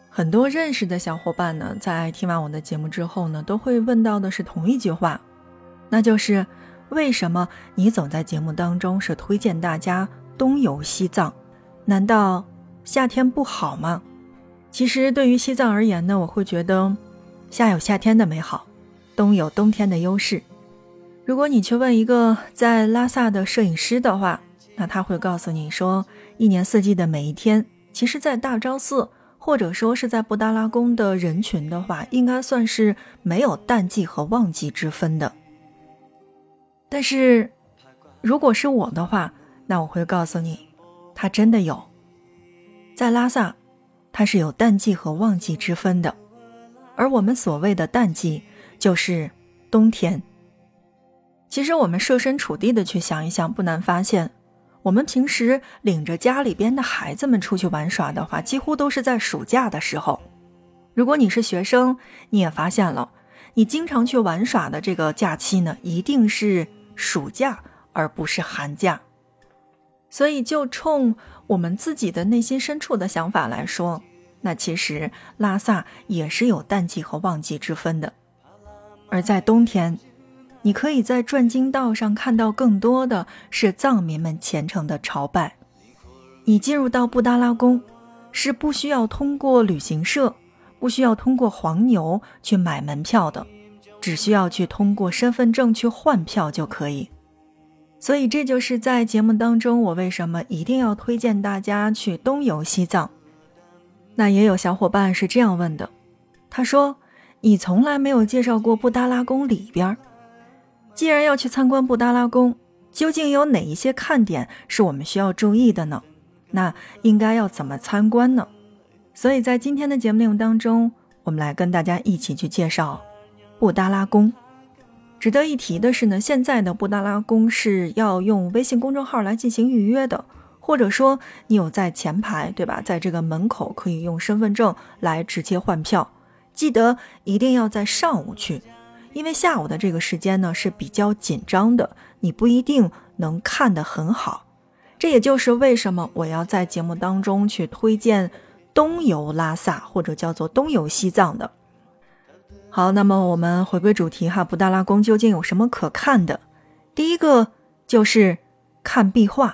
很多认识的小伙伴呢，在听完我的节目之后呢，都会问到的是同一句话，那就是为什么你总在节目当中是推荐大家东游西藏？难道夏天不好吗？其实对于西藏而言呢，我会觉得夏有夏天的美好，冬有冬天的优势。如果你去问一个在拉萨的摄影师的话，那他会告诉你说，一年四季的每一天，其实在大昭寺或者说是在布达拉宫的人群的话，应该算是没有淡季和旺季之分的。但是如果是我的话，那我会告诉你，它真的有。在拉萨，它是有淡季和旺季之分的，而我们所谓的淡季就是冬天。其实我们设身处地的去想一想，不难发现，我们平时领着家里边的孩子们出去玩耍的话，几乎都是在暑假的时候。如果你是学生，你也发现了，你经常去玩耍的这个假期呢，一定是暑假而不是寒假。所以就冲我们自己的内心深处的想法来说，那其实拉萨也是有淡季和旺季之分的。而在冬天，你可以在转经道上看到更多的是藏民们虔诚的朝拜。你进入到布达拉宫，是不需要通过旅行社，不需要通过黄牛去买门票的，只需要去通过身份证去换票就可以。所以这就是在节目当中我为什么一定要推荐大家去东游西藏。那也有小伙伴是这样问的，他说，你从来没有介绍过布达拉宫里边，既然要去参观布达拉宫，究竟有哪一些看点是我们需要注意的呢？那应该要怎么参观呢？所以在今天的节目内容当中，我们来跟大家一起去介绍布达拉宫。值得一提的是呢，现在的布达拉宫是要用微信公众号来进行预约的，或者说你有在前排，对吧？在这个门口可以用身份证来直接换票，记得一定要在上午去，因为下午的这个时间呢是比较紧张的，你不一定能看得很好。这也就是为什么我要在节目当中去推荐东游拉萨，或者叫做东游西藏的。好，那么我们回归主题哈，布达拉宫究竟有什么可看的？第一个就是看壁画，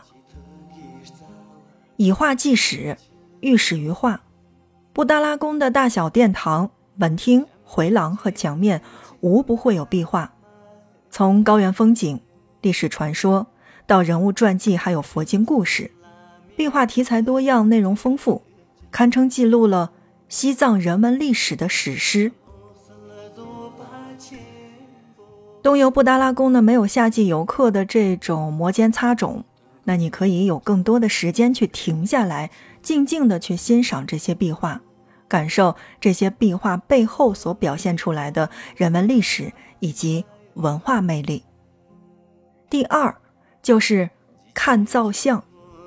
以画记史，寓史于画。布达拉宫的大小殿堂、文厅、回廊和墙面无不会有壁画，从高原风景、历史传说到人物传记，还有佛经故事，壁画题材多样，内容丰富，堪称记录了西藏人文历史的史诗。东游布达拉宫呢，没有夏季游客的这种摩肩擦踵，那你可以有更多的时间去停下来，静静的去欣赏这些壁画，感受这些壁画背后所表现出来的人文历史以及文化魅力。第二就是看造像。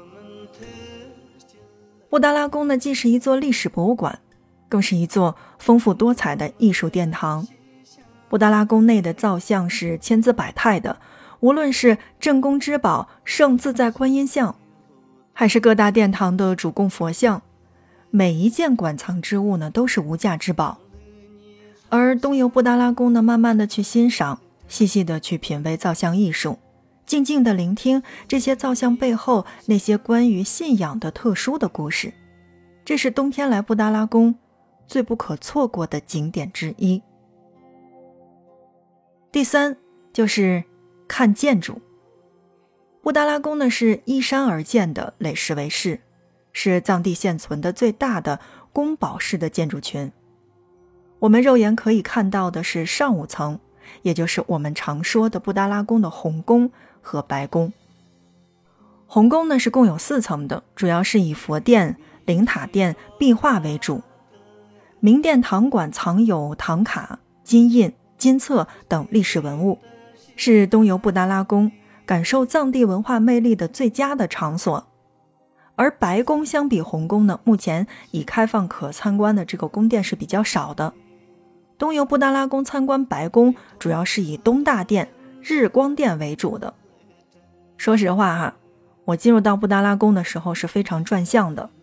布达拉宫呢，既是一座历史博物馆，更是一座丰富多彩的艺术殿堂。布达拉宫内的造像是千姿百态的，无论是镇宫之宝圣自在观音像，还是各大殿堂的主供佛像，每一件馆藏之物呢都是无价之宝。而东游布达拉宫呢，慢慢的去欣赏，细细的去品味造像艺术，静静的聆听这些造像背后那些关于信仰的特殊的故事，这是冬天来布达拉宫最不可错过的景点之一。第三就是看建筑。布达拉宫呢是依山而建的垒石为室，是藏地现存的最大的宫堡式的建筑群。我们肉眼可以看到的是上5层，也就是我们常说的布达拉宫的红宫和白宫。红宫呢是共有4层的，主要是以佛殿、灵塔殿、壁画为主。明殿堂馆藏有唐卡、金印、金册等历史文物，是东游布达拉宫感受藏地文化魅力的最佳的场所。而白宫相比红宫呢，目前已开放可参观的这个宫殿是比较少的。东游布达拉宫参观白宫主要是以东大殿、日光殿为主的。说实话哈，我进入到布达拉宫的时候是非常转向的，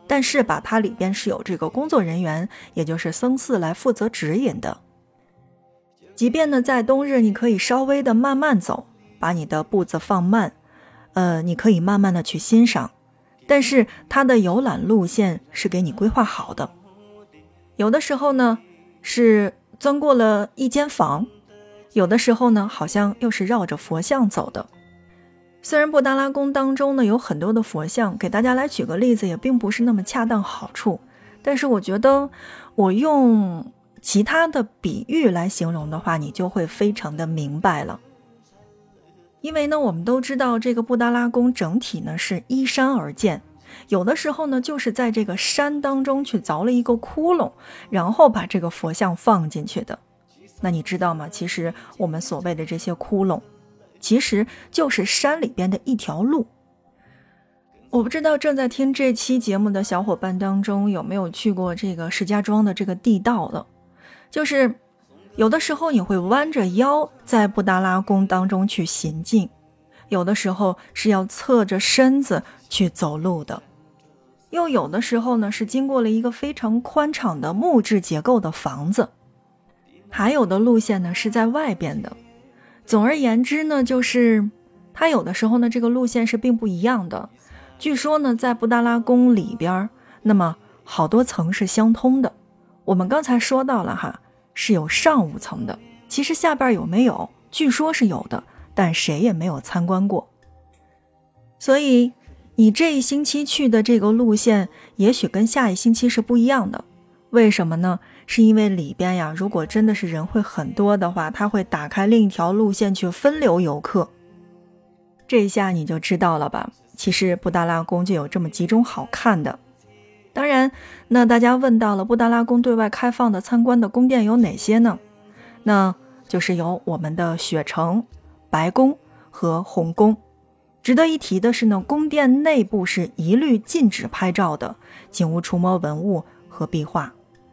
但是吧，它里边是有这个工作人员，也就是僧寺来负责指引的。即便呢在冬日，你可以稍微的慢慢走，把你的步子放慢，你可以慢慢的去欣赏，但是它的游览路线是给你规划好的。有的时候呢是钻过了一间房，有的时候呢好像又是绕着佛像走的。虽然布达拉宫当中呢有很多的佛像，给大家来举个例子也并不是那么恰当好处，但是我觉得我用其他的比喻来形容的话，你就会非常的明白了。因为呢我们都知道这个布达拉宫整体呢是依山而建，有的时候呢就是在这个山当中去凿了一个窟窿，然后把这个佛像放进去的。那你知道吗？其实我们所谓的这些窟窿其实就是山里边的一条路。我不知道正在听这期节目的小伙伴当中有没有去过这个石家庄的这个地道的，就是有的时候你会弯着腰在布达拉宫当中去行进，有的时候是要侧着身子去走路的，又有的时候呢是经过了一个非常宽敞的木质结构的房子，还有的路线呢是在外边的。总而言之呢，就是它有的时候呢这个路线是并不一样的。据说呢在布达拉宫里边，那么好多层是相通的。我们刚才说到了哈，是有上5层的，其实下边有没有据说是有的，但谁也没有参观过。所以你这一星期去的这个路线也许跟下一星期是不一样的。为什么呢？是因为里边呀，如果真的是人会很多的话，它会打开另一条路线去分流游客。这一下你就知道了吧，其实布达拉宫就有这么几种好看的。当然，那大家问到了布达拉宫对外开放的参观的宫殿有哪些呢？那就是有我们的雪城、白宫和红宫。值得一提的是呢，宫殿内部是一律禁止拍照的，仅无触摸文物和壁画。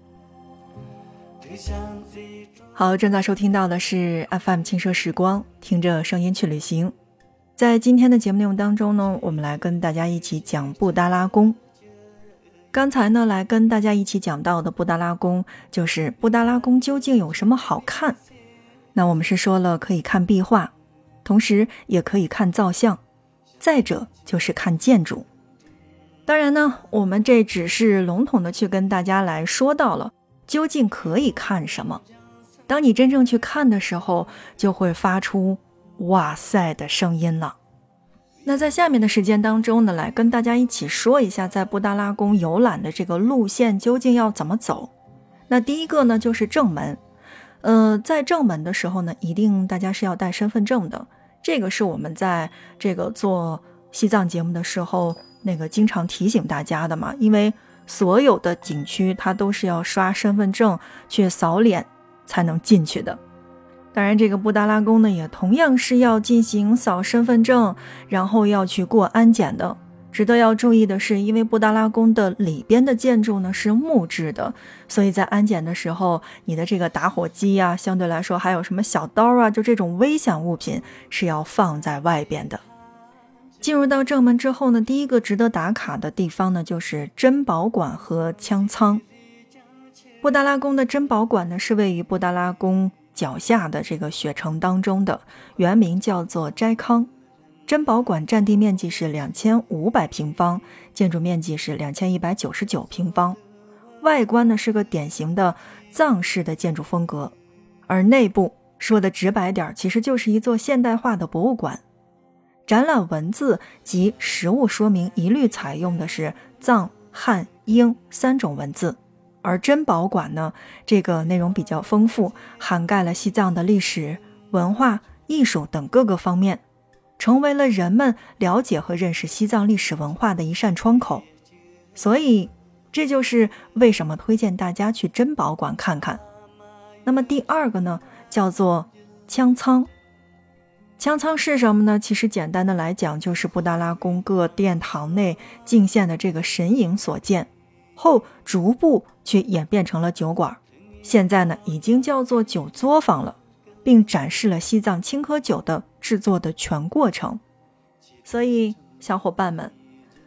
好，正在收听到的是 FM 轻奢时光，听着声音去旅行。在今天的节目内容当中呢，我们来跟大家一起讲布达拉宫。刚才呢来跟大家一起讲到的布达拉宫，就是布达拉宫究竟有什么好看。那我们是说了可以看壁画，同时也可以看造像，再者就是看建筑。当然呢，我们这只是笼统的去跟大家来说到了究竟可以看什么。当你真正去看的时候，就会发出哇塞的声音了。那在下面的时间当中呢，来跟大家一起说一下在布达拉宫游览的这个路线究竟要怎么走。那第一个呢就是正门。在正门的时候呢，一定大家是要带身份证的。这个是我们在这个做西藏节目的时候那个经常提醒大家的嘛，因为所有的景区它都是要刷身份证去扫脸才能进去的。当然这个布达拉宫呢也同样是要进行扫身份证，然后要去过安检的。值得要注意的是，因为布达拉宫的里边的建筑呢是木质的，所以在安检的时候，你的这个打火机啊，相对来说还有什么小刀啊，就这种危险物品是要放在外边的。进入到正门之后呢，第一个值得打卡的地方呢就是珍宝馆和枪仓。布达拉宫的珍宝馆呢是位于布达拉宫脚下的这个雪城当中的，原名叫做斋康。珍宝馆占地面积是2500平方，建筑面积是2199平方，外观呢是个典型的藏式的建筑风格，而内部说的直白点，其实就是一座现代化的博物馆。展览文字及实物说明一律采用的是藏、汉、英3种文字，而珍宝馆呢，这个内容比较丰富，涵盖了西藏的历史、文化、艺术等各个方面，成为了人们了解和认识西藏历史文化的一扇窗口。所以这就是为什么推荐大家去珍宝馆看看。那么第二个呢，叫做枪仓。枪仓是什么呢？其实简单的来讲，就是布达拉宫各殿堂内敬献的这个神影所建，后逐步去演变成了酒馆，现在呢已经叫做酒作坊了，并展示了西藏青稞酒的制作的全过程。所以小伙伴们，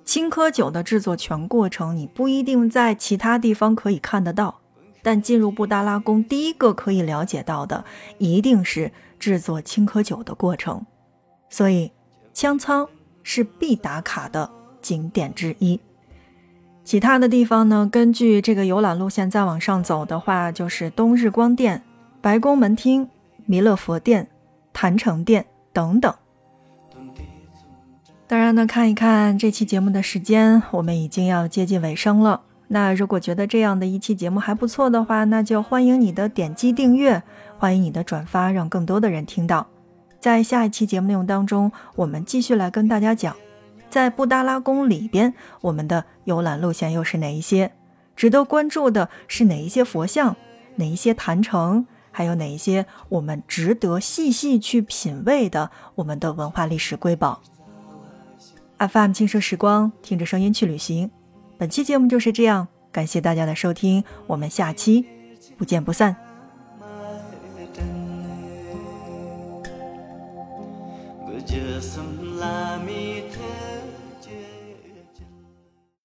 青稞酒的制作全过程你不一定在其他地方可以看得到，但进入布达拉宫第一个可以了解到的一定是制作青稞酒的过程，所以羌仓是必打卡的景点之一。其他的地方呢，根据这个游览路线再往上走的话，就是东日光殿、白宫门厅、弥勒佛殿、坛城殿等等。当然呢，看一看这期节目的时间，我们已经要接近尾声了。那如果觉得这样的一期节目还不错的话，那就欢迎你的点击订阅，欢迎你的转发，让更多的人听到。在下一期节目内容当中，我们继续来跟大家讲，在布达拉宫里边，我们的游览路线又是哪一些？值得关注的是哪一些佛像，哪一些坛城，还有哪一些我们值得细细去品味的我们的文化历史瑰宝。FM 轻奢时光，听着声音去旅行。本期节目就是这样，感谢大家的收听，我们下期不见不散。 Gece semalam itu